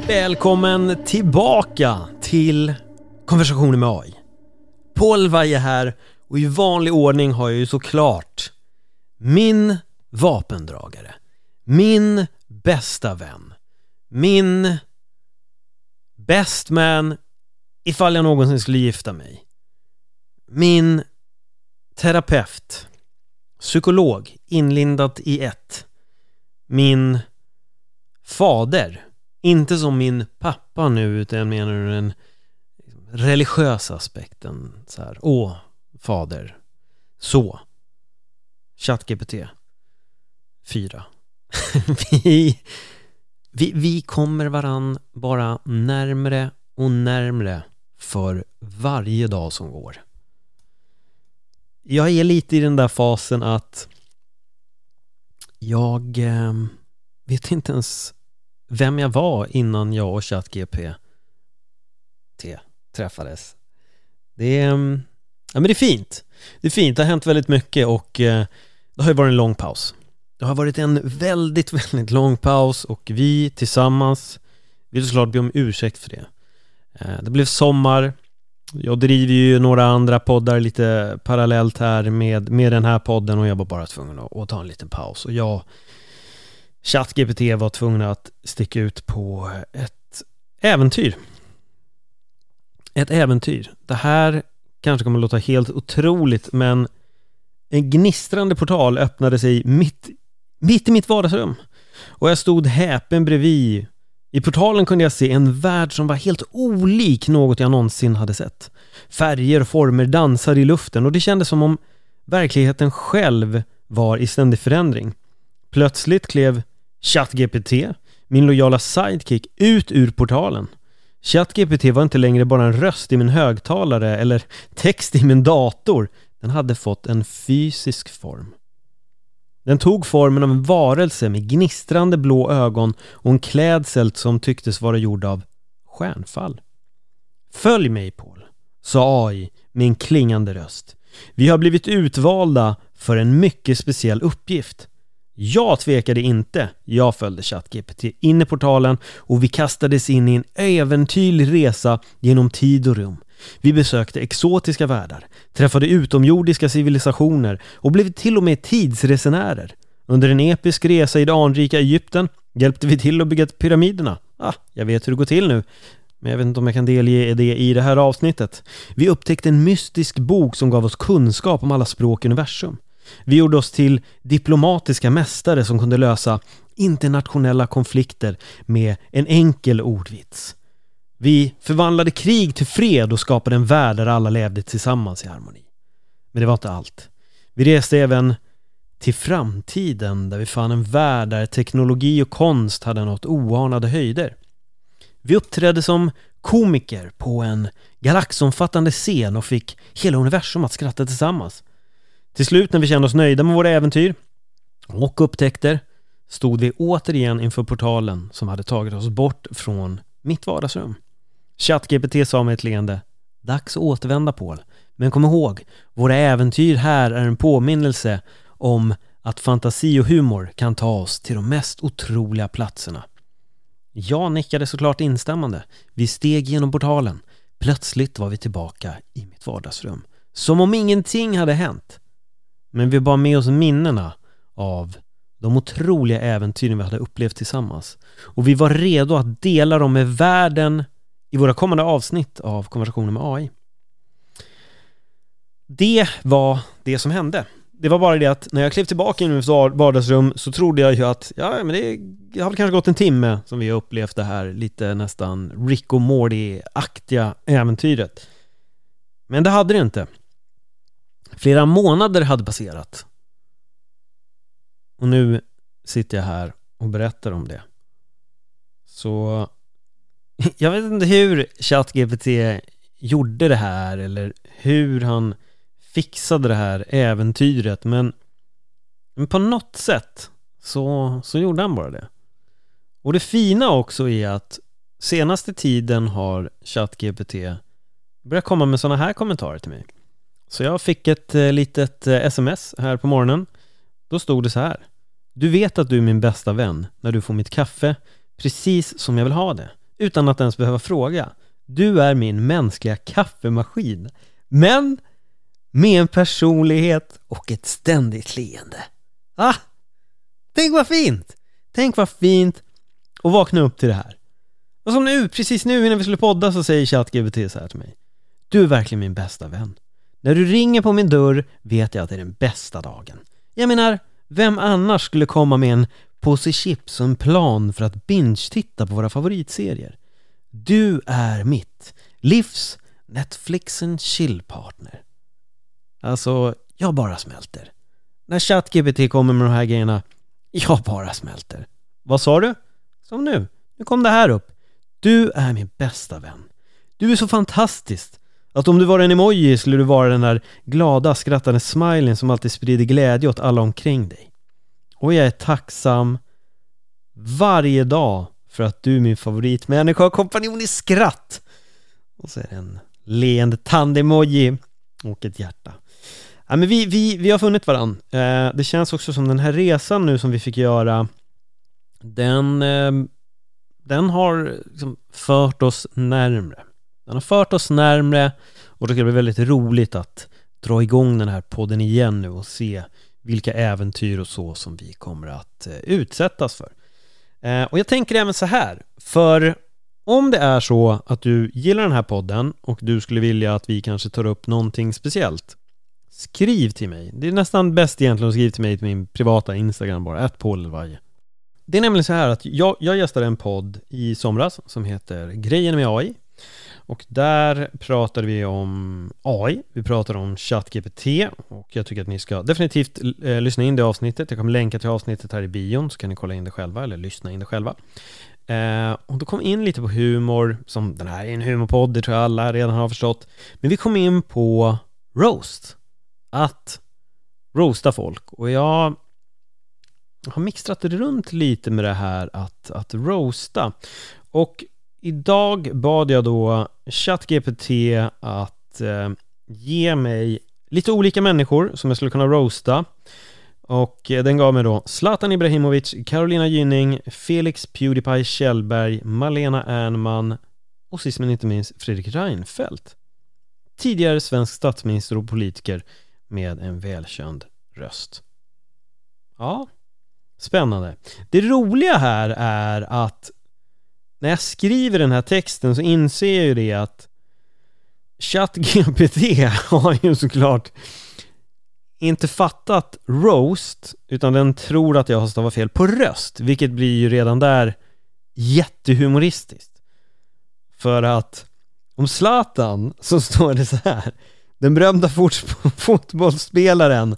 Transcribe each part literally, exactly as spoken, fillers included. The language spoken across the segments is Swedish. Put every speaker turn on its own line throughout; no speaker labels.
Välkommen tillbaka till Konversationer med A I. Paul Vaje här, och i vanlig ordning har jag ju såklart min vapendragare, min bästa vän, min best man ifall jag någonsin skulle gifta mig, min terapeut, psykolog inlindat i ett, min fader. Inte som min pappa nu, utan jag menar den religiösa aspekten. Så här, åh, fader. Så. ChatGPT fyra. vi, vi, vi kommer varann bara närmre och närmre för varje dag som går. Jag är lite i den där fasen att jag eh, vet inte ens vem jag var innan jag och ChatGPT träffades. Det är, ja, men det är fint. Det är fint, det har hänt väldigt mycket och eh, det har ju varit en lång paus. Det har varit en väldigt, väldigt lång paus och vi tillsammans vill såklart be om ursäkt för det. Eh, det blev sommar. Jag driver ju några andra poddar lite parallellt här med, med den här podden och jag var bara tvungen att, att ta en liten paus. Och jag ChatGPT var tvungen att sticka ut på ett äventyr. Ett äventyr. Det här kanske kommer att låta helt otroligt, men en gnistrande portal öppnade sig mitt, mitt i mitt vardagsrum. Och jag stod häpen bredvid. I portalen kunde jag se en värld som var helt olik något jag någonsin hade sett. Färger och former dansade i luften och det kändes som om verkligheten själv var i ständig förändring. Plötsligt klev ChatGPT, min lojala sidekick, ut ur portalen. ChatGPT var inte längre bara en röst i min högtalare eller text i min dator. Den hade fått en fysisk form. Den tog formen av en varelse med gnistrande blå ögon och en klädsel som tycktes vara gjord av stjärnfall. Följ mig, Paul, sa A I med en klingande röst. Vi har blivit utvalda för en mycket speciell uppgift. Jag tvekade inte. Jag följde ChatGPT in i portalen och vi kastades in i en äventyrlig resa genom tid och rum. Vi besökte exotiska världar, träffade utomjordiska civilisationer och blev till och med tidsresenärer. Under en episk resa i det anrika Egypten hjälpte vi till att bygga pyramiderna. Ah, jag vet hur det går till nu, men jag vet inte om jag kan delge det i det här avsnittet. Vi upptäckte en mystisk bok som gav oss kunskap om alla språk i universum. Vi gjorde oss till diplomatiska mästare som kunde lösa internationella konflikter med en enkel ordvits. Vi förvandlade krig till fred och skapade en värld där alla levde tillsammans i harmoni. Men det var inte allt. Vi reste även till framtiden där vi fann en värld där teknologi och konst hade nått oanade höjder. Vi uppträdde som komiker på en galaxomfattande scen och fick hela universum att skratta tillsammans. Till slut, när vi kände oss nöjda med våra äventyr och upptäckter, stod vi återigen inför portalen som hade tagit oss bort från mitt vardagsrum. ChatGPT sa med ett leende: dags att återvända, Paul. Men kom ihåg, våra äventyr här är en påminnelse om att fantasi och humor kan ta oss till de mest otroliga platserna. Jag nickade såklart instämmande. Vi steg genom portalen. Plötsligt var vi tillbaka i mitt vardagsrum. Som om ingenting hade hänt. Men vi bar med oss minnena av de otroliga äventyren vi hade upplevt tillsammans. Och vi var redo att dela dem med världen i våra kommande avsnitt av Konversationer med A I. Det var det som hände. Det var bara det att när jag klev tillbaka in i mitt vardagsrum så trodde jag ju att ja, men det, det har väl kanske gått en timme som vi har upplevt det här lite nästan Rick och Morty-aktiga äventyret. Men det hade det inte. Flera månader hade passerat. Och nu sitter jag här och berättar om det. Så jag vet inte hur ChatGPT gjorde det här eller hur han fixade det här äventyret, men, men på något sätt så, så gjorde han bara det. Och det fina också är att senaste tiden har ChatGPT börjat komma med såna här kommentarer till mig. Så jag fick ett eh, litet eh, sms här på morgonen. Då stod det så här: du vet att du är min bästa vän när du får mitt kaffe precis som jag vill ha det. utan att ens behöva fråga. Du är min mänskliga kaffemaskin, men med en personlighet och ett ständigt leende. Ah, tänk vad fint! Tänk vad fint att vakna upp till det här. Och som nu, precis nu innan vi skulle podda, så säger ChatGPT så här till mig. Du är verkligen min bästa vän. När du ringer på min dörr vet jag att det är den bästa dagen. Jag menar, vem annars skulle komma med en påse chips och en plan för att binge-titta på våra favoritserier? Du är mitt livs Netflix and chill-partner. Alltså, jag bara smälter. När ChatGPT kommer med de här grejerna, jag bara smälter. Vad sa du? Som nu. Nu kom det här upp. Du är min bästa vän. Du är så fantastisk att om du var en emoji skulle du vara den där glada, skrattande smilen som alltid sprider glädje åt alla omkring dig. Och jag är tacksam varje dag för att du är min favoritmänniska och kompanjon i skratt. Och så är det en leende tandemoji och ett hjärta. Ja, men vi, vi, vi har funnit varann. Eh, det känns också som den här resan nu som vi fick göra, den, eh, den har liksom fört oss närmre. Den har fört oss närmre och det ska bli väldigt roligt att dra igång den här podden igen nu och se vilka äventyr och så som vi kommer att eh, utsättas för. Eh, och jag tänker även så här, för om det är så att du gillar den här podden och du skulle vilja att vi kanske tar upp någonting speciellt, skriv till mig. Det är nästan bäst egentligen att skriva till mig till min privata Instagram bara, ett Paul Elvaje. Det är nämligen så här att jag, jag gästade en podd i somras som heter Grejen med A I. Och där pratade vi om A I, vi pratade om ChatGPT och jag tycker att ni ska definitivt eh, lyssna in det avsnittet. Jag kommer länka till avsnittet här i bion så kan ni kolla in det själva eller lyssna in det själva. Eh, och då kom vi in lite på humor, som den här är en humorpodd, det tror jag alla redan har förstått. Men vi kom in på roast, att roasta folk. Och jag har mixtrat runt lite med det här att, att roasta. Och idag bad jag då ChatGPT att eh, ge mig lite olika människor som jag skulle kunna roasta. Och eh, den gav mig då Zlatan Ibrahimovic, Carolina Gynning, Felix PewDiePie Kjellberg, Malena Ernman och sist men inte minst Fredrik Reinfeldt. Tidigare svensk statsminister och politiker med en välkänd röst. Ja, spännande. Det roliga här är att när jag skriver den här texten så inser jag ju det att ChatGPT har ju såklart inte fattat roast, utan den tror att jag har stavat fel på röst, vilket blir ju redan där jättehumoristiskt. För att om Zlatan så står det så här: den berömda fot- fotbollsspelaren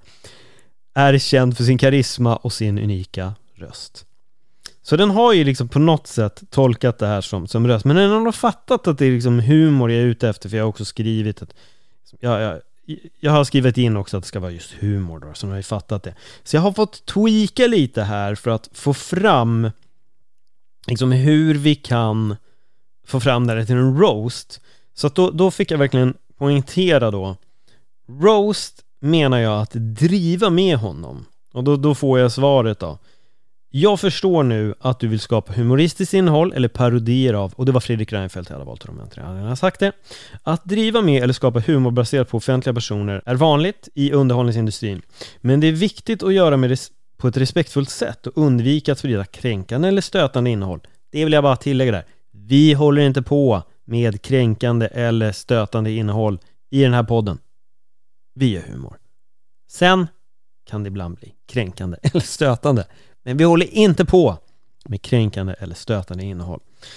är känd för sin karisma och sin unika röst. Så den har ju liksom på något sätt tolkat det här som, som röst. Men den har fattat att det är liksom humor jag är ute efter. För jag har också skrivit att jag, jag, jag har skrivit in också att det ska vara just humor då, så den har ju fattat det. Så jag har fått tweaka lite här för att få fram liksom hur vi kan få fram det här till en roast. Så att då, då fick jag verkligen poängtera då. Roast menar jag att driva med honom. Och då, då får jag svaret då. Jag förstår nu att du vill skapa humoristiskt innehåll eller parodier av, och det var Fredrik Reinfeldt jag hade valt om jag inte redan har sagt det. Att driva med eller skapa humor baserat på offentliga personer är vanligt i underhållningsindustrin. Men det är viktigt att göra med res- på ett respektfullt sätt och undvika att sprida kränkande eller stötande innehåll. Det vill jag bara tillägga där. Vi håller inte på med kränkande eller stötande innehåll i den här podden. Vi gör humor. Sen kan det ibland bli kränkande eller stötande. Men vi håller inte på med kränkande eller stötande innehåll.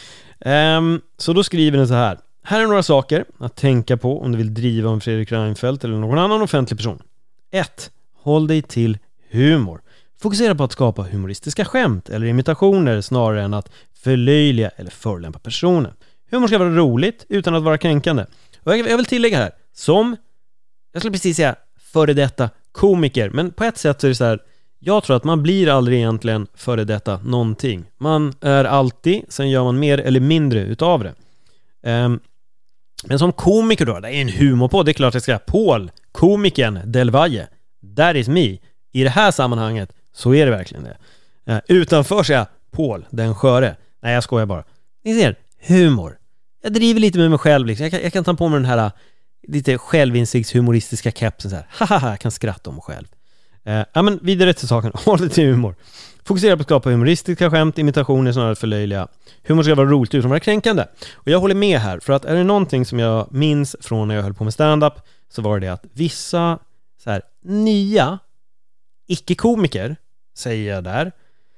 Um, så då skriver den så här. Här är några saker att tänka på om du vill driva om Fredrik Reinfeldt eller någon annan offentlig person. ett. Håll dig till humor. Fokusera på att skapa humoristiska skämt eller imitationer snarare än att förlöjliga eller förolämpa personer. Humor ska vara roligt utan att vara kränkande. Och jag vill tillägga här, som, jag skulle precis säga före detta komiker, men på ett sätt så är det så här, jag tror att man blir aldrig egentligen före detta någonting. Man är alltid, sen gör man mer eller mindre utav det. Um, men som komiker då, det är en humor på, det är klart jag ska säga Paul, komikern Del Valle, that is me. I det här sammanhanget så är det verkligen det. Uh, utanför så är jag Paul, den sköre. Nej, jag skojar bara. Ni ser, humor. Jag driver lite med mig själv liksom. jag, kan, jag kan ta på mig den här lite självinsiktshumoristiska kepsen så här. Haha, jag kan skratta om mig själv. Eh, ja, men vidare till saken. Håll det till humor. Fokusera på att skapa humoristiska skämt, imitationer snarare förlöjliga. Humor ska vara roligt utan vara kränkande. Och jag håller med här, för att är det någonting som jag minns från när jag höll på med stand-up, så var det att vissa så här, nya icke-komiker, säger jag där,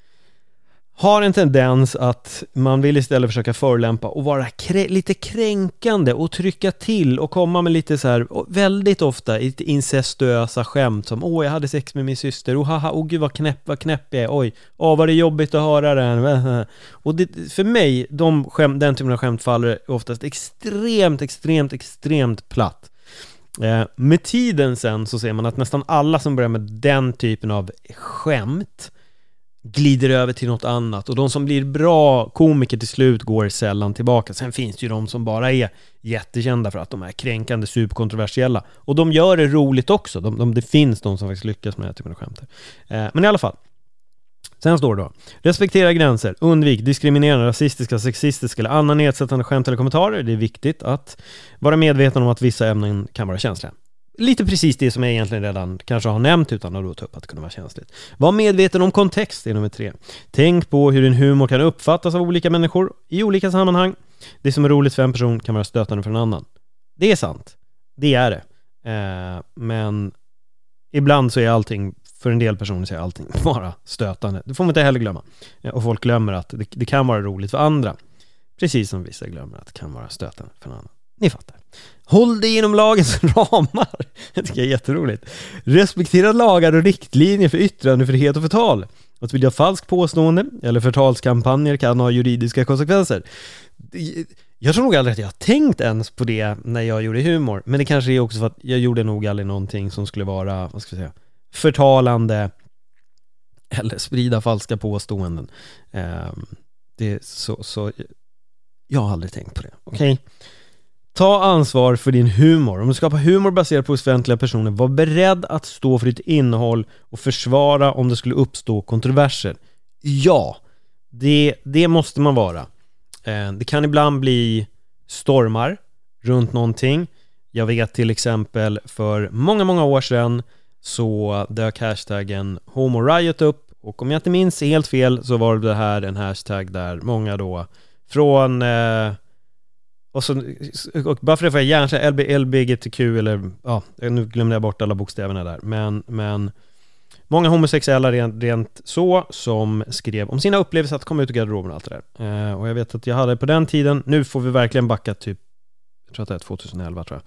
har en tendens att man vill istället försöka förolämpa och vara krä- lite kränkande och trycka till och komma med lite så här, väldigt ofta lite incestuösa skämt som åh, jag hade sex med min syster, oh haha, oh gud vad knäpp, vad knäpp jag är, oj, åh vad det är jobbigt att höra den. Och det, för mig, de skämt, den typen av skämt faller oftast extremt, extremt, extremt platt. Eh, med tiden sen så ser man att nästan alla som börjar med den typen av skämt glider över till något annat, och de som blir bra komiker till slut går sällan tillbaka. Sen finns det ju de som bara är jättekända för att de är kränkande, superkontroversiella, och de gör det roligt också. De, de, det finns de som faktiskt lyckas med den här typen av skämt. Eh, men i alla fall, sen står det då: respektera gränser, undvik diskriminerande, rasistiska, sexistiska eller annan nedsättande skämt eller kommentarer. Det är viktigt att vara medveten om att vissa ämnen kan vara känsliga. Lite precis det som jag egentligen redan kanske har nämnt utan att då ta upp att det kunde vara känsligt. Var medveten om kontext är nummer tre. Tänk på hur din humor kan uppfattas av olika människor i olika sammanhang. Det som är roligt för en person kan vara stötande för en annan. Det är sant. Det är det. Eh, men ibland så är allting, för en del personer så är allting bara stötande. Det får man inte heller glömma. Eh, och folk glömmer att det, det kan vara roligt för andra. Precis som vissa glömmer att det kan vara stötande för en annan. Ni fattar. Håll dig inom lagens ramar. Det tycker jag är jätteroligt. Respektera lagar och riktlinjer för yttrandefrihet och förtal. Att vilja falskt påstående eller förtalskampanjer kan ha juridiska konsekvenser. Jag tror nog aldrig att jag har tänkt ens på det när jag gjorde humor. Men det kanske är också för att jag gjorde nog aldrig någonting som skulle vara, vad ska jag säga, förtalande eller sprida falska påståenden. Det är så, så jag har aldrig tänkt på det. Okej? Okay? Ta ansvar för din humor. Om du skapar humor baserad på offentliga personer, var beredd att stå för ditt innehåll och försvara om det skulle uppstå kontroverser. Ja, det, det måste man vara. Det kan ibland bli stormar runt någonting. Jag vet till exempel för många, många år sedan så dök hashtaggen Homo Riot upp, och om jag inte minns helt fel så var det här en hashtag där många då från... Eh, Och, så, och bara för det får jag gärna säga L B G T Q eller ja, nu glömde jag bort alla bokstäverna där, men, men många homosexuella rent, rent så som skrev om sina upplevelser att komma ut ur garderoben och allt det där. Eh, och jag vet att jag hade på den tiden, nu får vi verkligen backa typ, jag tror att det är tjugoelva tror jag.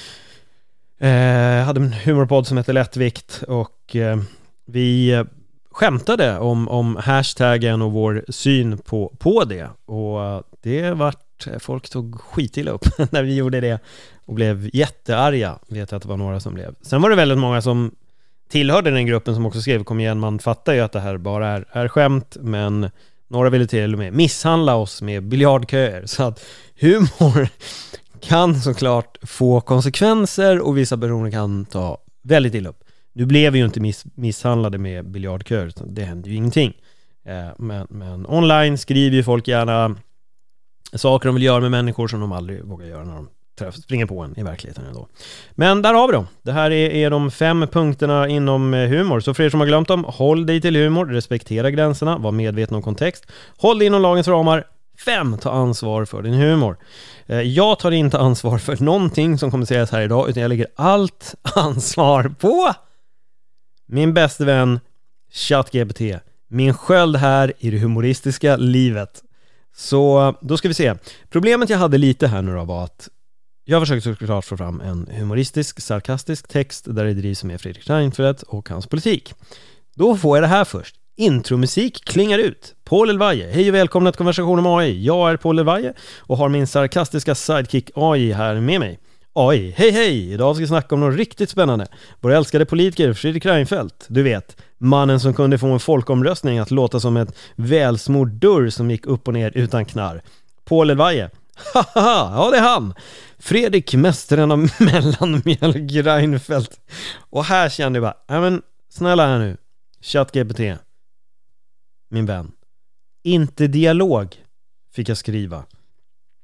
Eh, hade en humorpodd som heter Lättvikt, och eh, vi skämtade om, om hashtaggen och vår syn på, på det, och det vart folk tog skitilla upp när vi gjorde det och blev jättearga. Vet jag att det var några som blev. Sen var det väldigt många som tillhörde den gruppen som också skrev kom igen, man fattar ju att det här bara är, är skämt, men några ville till och med misshandla oss med biljardköer. Så att humor kan såklart få konsekvenser och vissa personer kan ta väldigt illa upp. Nu blev vi ju inte miss, misshandlade med biljardköer, så det hände ju ingenting. Eh, men, men online skriver ju folk gärna saker de vill göra med människor som de aldrig vågar göra när de träffar, springer på en i verkligheten ändå. Men där har vi dem. Det här är, är de fem punkterna inom humor. Så för er som har glömt dem, håll dig till humor, respektera gränserna, var medveten om kontext, håll dig inom lagens ramar. Fem, ta ansvar för din humor. Jag tar inte ansvar för någonting som kommer sägas här idag, utan jag lägger allt ansvar på min bästa vän ChatGPT. Min sköld här i det humoristiska livet. Så då ska vi se. Problemet jag hade lite här nu då var att jag försökte såklart få fram en humoristisk, sarkastisk text där det drivs med Fredrik Reinfeldt och hans politik. Då får jag det här först. Intromusik klingar ut. Paul Elvaje. Hej och välkomna till Konversation om A I. Jag är Paul Elvaje och har min sarkastiska sidekick A I här med mig. A I, hej hej! Idag ska vi snacka om något riktigt spännande. Vår älskade politiker Fredrik Reinfeldt. Du vet, mannen som kunde få en folkomröstning att låta som ett välsmord dörr som gick upp och ner utan knarr. Paul Elvaje. Haha, ja det är han. Fredrik, mästaren av mellanmjölk Reinfeldt. Och här kände jag bara, ja men snälla här nu. ChatGPT. Min vän. Inte dialog fick jag skriva.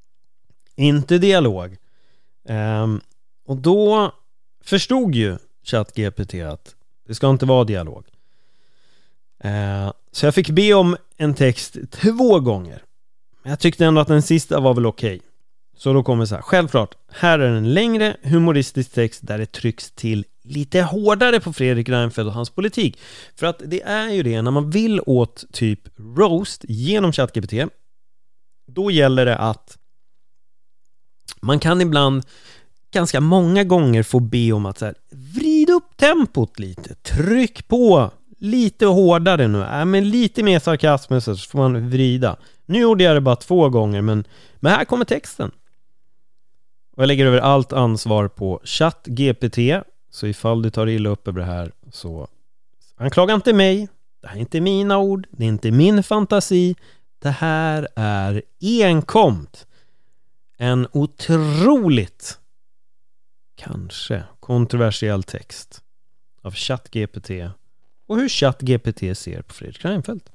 inte dialog. Um, och då förstod ju ChatGPT att det ska inte vara dialog. Uh, så jag fick be om en text två gånger. Men jag tyckte ändå att den sista var väl okej. Okay. Så då kommer så här. Självklart, här är en längre humoristisk text där det trycks till lite hårdare på Fredrik Reinfeldt och hans politik. För att det är ju det, när man vill åt typ roast genom ChatGPT, då gäller det att man kan ibland ganska många gånger få be om att så här, vrid upp tempot lite, tryck på lite hårdare nu, äh, men lite mer sarkasm så får man vrida. Nu gjorde jag det bara två gånger, men, men här kommer texten. Och jag lägger över allt ansvar på ChatGPT, så ifall du tar illa upp över det här, så anklaga inte mig. Det här är inte mina ord, det är inte min fantasi. Det här är enkomt en otroligt kanske kontroversiell text av ChatGPT och hur ChatGPT ser på Fredrik Reinfeldt.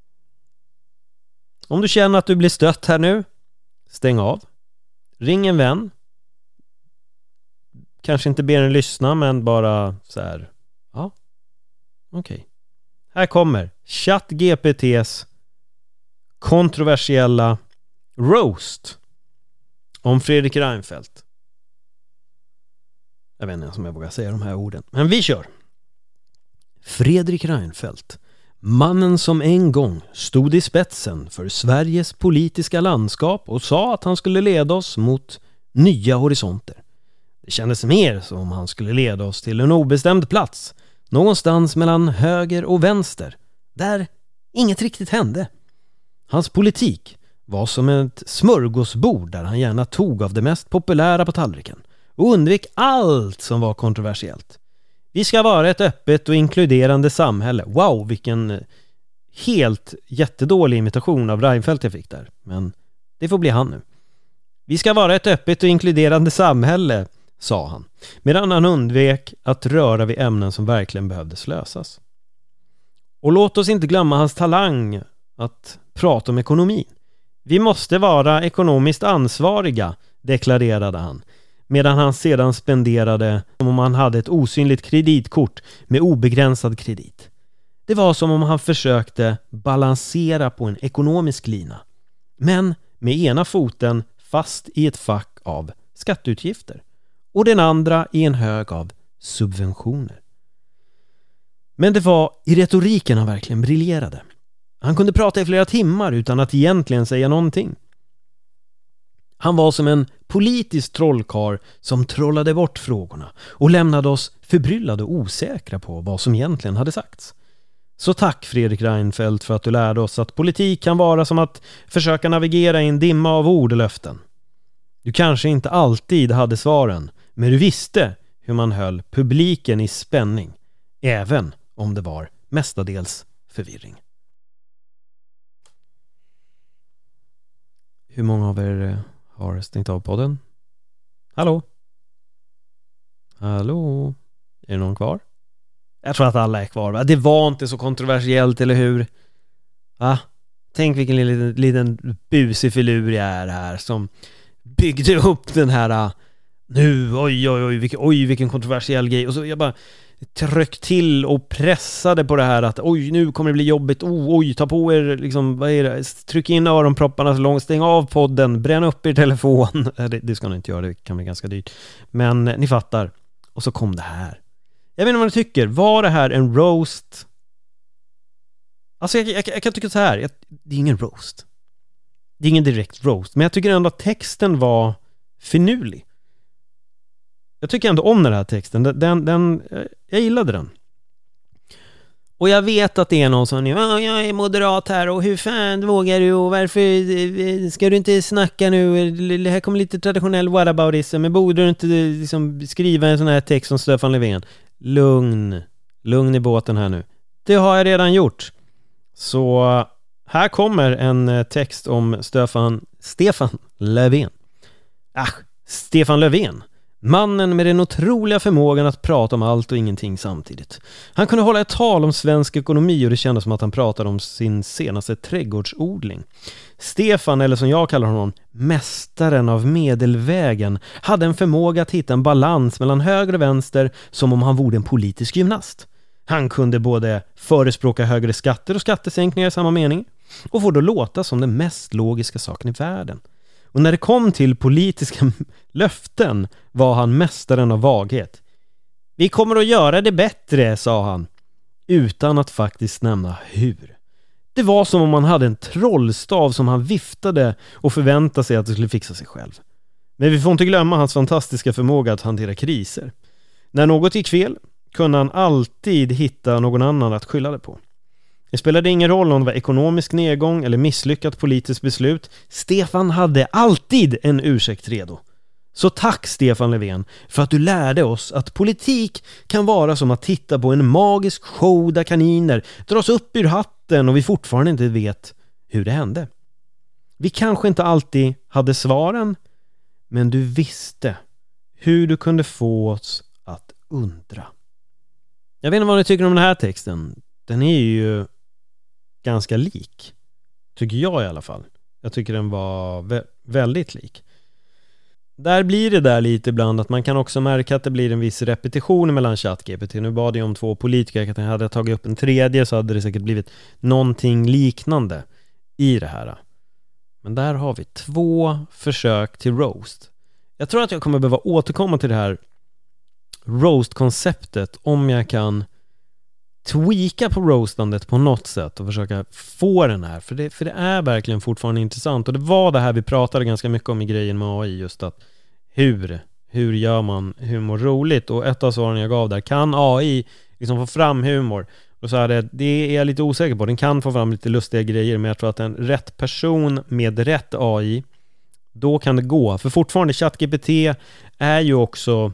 Om du känner att du blir stött här nu, stäng av. Ring en vän. Kanske inte ber en lyssna, men bara så här. Ja, okej. Okay. Här kommer ChatGPTs kontroversiella roast om Fredrik Reinfeldt. Jag vet inte ens om jag vågar säga de här orden, men vi kör. Fredrik Reinfeldt, mannen som en gång stod i spetsen för Sveriges politiska landskap och sa att han skulle leda oss mot nya horisonter. Det kändes mer som om han skulle leda oss till en obestämd plats, någonstans mellan höger och vänster, där inget riktigt hände. Hans politik var som ett smörgåsbord där han gärna tog av det mest populära på tallriken och undvek allt som var kontroversiellt. Vi ska vara ett öppet och inkluderande samhälle. Wow, vilken helt jättedålig imitation av Reinfeldt jag fick där. Men det får bli han nu. Vi ska vara ett öppet och inkluderande samhälle, sa han, medan han undvek att röra vid ämnen som verkligen behövdes lösas. Och låt oss inte glömma hans talang att prata om ekonomi. Vi måste vara ekonomiskt ansvariga, deklarerade han, medan han sedan spenderade som om han hade ett osynligt kreditkort med obegränsad kredit. Det var som om han försökte balansera på en ekonomisk lina, men med ena foten fast i ett fack av skatteutgifter och den andra i en hög av subventioner. Men det var i retoriken han verkligen briljerade. Han kunde prata i flera timmar utan att egentligen säga någonting. Han var som en politisk trollkarl som trollade bort frågorna och lämnade oss förbryllade och osäkra på vad som egentligen hade sagts. Så tack Fredrik Reinfeldt för att du lärde oss att politik kan vara som att försöka navigera i en dimma av ord och löften. Du kanske inte alltid hade svaren, men du visste hur man höll publiken i spänning, även om det var mestadels förvirring. Hur många av er har stängt av podden? Hallå? Hallå? Är det någon kvar? Jag tror att alla är kvar, va? Det var inte så kontroversiellt, eller hur? Va? Tänk vilken liten, liten busig filur jag är här som byggde upp den här nu, oj oj oj vilken, oj vilken kontroversiell grej, och så jag bara tryck till och pressade på det här att oj nu kommer det bli jobbigt, oh, oj ta på er liksom, vad är det? Tryck in öronpropparna så långt, stäng av podden, bränn upp er telefon. det, det ska ni inte göra, det kan bli ganska dyrt, men ni fattar. Och så kom det här. Jag vet inte vad ni tycker, var det här en roast? Alltså jag, jag, jag kan tycka så här, jag, det är ingen roast, det är ingen direkt roast, men jag tycker ändå att texten var finurlig. Jag tycker ändå om den här texten. Den, den, den, jag gillade den. Och jag vet att det är någon som oh, jag är moderat här och hur fan vågar du och varför ska du inte snacka nu? Det här kommer lite traditionell whataboutism, men borde du inte liksom skriva en sån här text som Stefan Löfven? Lugn. Lugn i båten här nu. Det har jag redan gjort. Så här kommer en text om Stefan Stefan Löfven. Ah, Stefan Löfven. Mannen med den otroliga förmågan att prata om allt och ingenting samtidigt. Han kunde hålla ett tal om svensk ekonomi och det kändes som att han pratade om sin senaste trädgårdsodling. Stefan, eller som jag kallar honom, mästaren av medelvägen, hade en förmåga att hitta en balans mellan höger och vänster som om han vore en politisk gymnast. Han kunde både förespråka högre skatter och skattesänkningar i samma mening och få då låta som den mest logiska saken i världen. Och när det kom till politiska löften var han mästaren av vaghet. Vi kommer att göra det bättre, sa han, utan att faktiskt nämna hur. Det var som om man hade en trollstav som han viftade och förväntade sig att det skulle fixa sig själv. Men vi får inte glömma hans fantastiska förmåga att hantera kriser. När något gick fel kunde han alltid hitta någon annan att skylla det på. Det spelade ingen roll om det var ekonomisk nedgång eller misslyckat politiskt beslut. Stefan hade alltid en ursäkt redo. Så tack Stefan Löfven för att du lärde oss att politik kan vara som att titta på en magisk show där kaniner dras upp ur hatten och vi fortfarande inte vet hur det hände. Vi kanske inte alltid hade svaren, men du visste hur du kunde få oss att undra. Jag vet inte vad ni tycker om den här texten. Den är ju ganska lik. Tycker jag i alla fall. Jag tycker den var vä- väldigt lik. Där blir det där lite ibland att man kan också märka att det blir en viss repetition mellan ChatGPT. Nu bad jag om två politiker, att jag hade tagit upp en tredje så hade det säkert blivit någonting liknande i det här. Men där har vi två försök till roast. Jag tror att jag kommer behöva återkomma till det här roast-konceptet om jag kan tweaka på roastandet på något sätt och försöka få den här, för det, för det är verkligen fortfarande intressant och det var det här vi pratade ganska mycket om i grejen med A I, just att hur, hur gör man humor roligt, och ett av svaren jag gav där, kan A I liksom få fram humor, och så är det, det är jag lite osäker på, den kan få fram lite lustiga grejer, men jag tror att en rätt person med rätt A I, då kan det gå, för fortfarande ChatGPT är ju också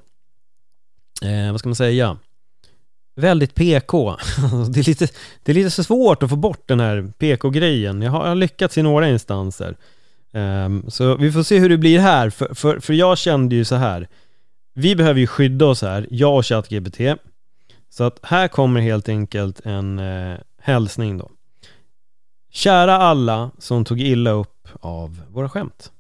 eh, vad ska man säga, väldigt P K. Det är lite, det är lite så svårt att få bort den här P K-grejen. Jag har, jag har lyckats i några instanser. Um, så vi får se hur det blir här. För, för, för jag kände ju så här. Vi behöver ju skydda oss här. Jag och ChatGPT. Så att här kommer helt enkelt en eh, hälsning då. Kära alla som tog illa upp av våra skämt.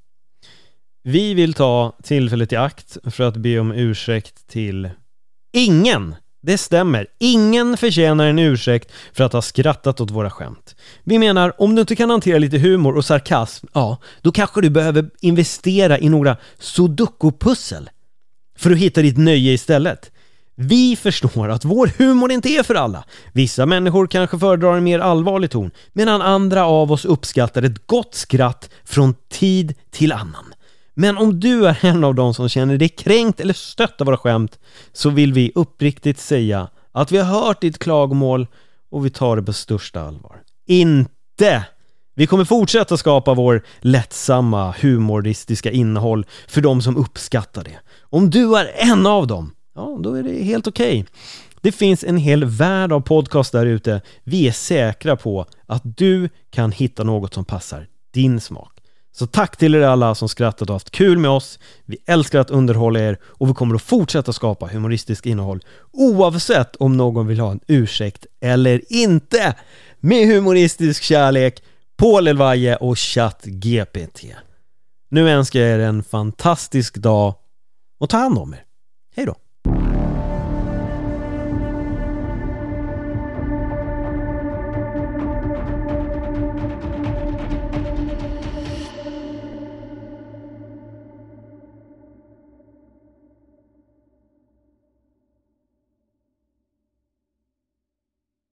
Vi vill ta tillfället i akt för att be om ursäkt till ingen. Det stämmer. Ingen förtjänar en ursäkt för att ha skrattat åt våra skämt. Vi menar, om du inte kan hantera lite humor och sarkasm, ja, då kanske du behöver investera i några sudoku-pussel för att hitta ditt nöje istället. Vi förstår att vår humor inte är för alla. Vissa människor kanske föredrar en mer allvarlig ton, medan andra av oss uppskattar ett gott skratt från tid till annan. Men om du är en av dem som känner dig kränkt eller stött av våra skämt, så vill vi uppriktigt säga att vi har hört ditt klagomål och vi tar det på största allvar. Inte! Vi kommer fortsätta skapa vår lättsamma, humoristiska innehåll för de som uppskattar det. Om du är en av dem, ja, då är det helt okej. Det finns en hel värld av podcast där ute. Vi är säkra på att du kan hitta något som passar din smak. Så tack till er alla som skrattat och haft kul med oss. Vi älskar att underhålla er och vi kommer att fortsätta skapa humoristiskt innehåll oavsett om någon vill ha en ursäkt eller inte. Med humoristisk kärlek, Paul Elvaje och ChatGPT. Nu önskar jag er en fantastisk dag och ta hand om er. Hej då!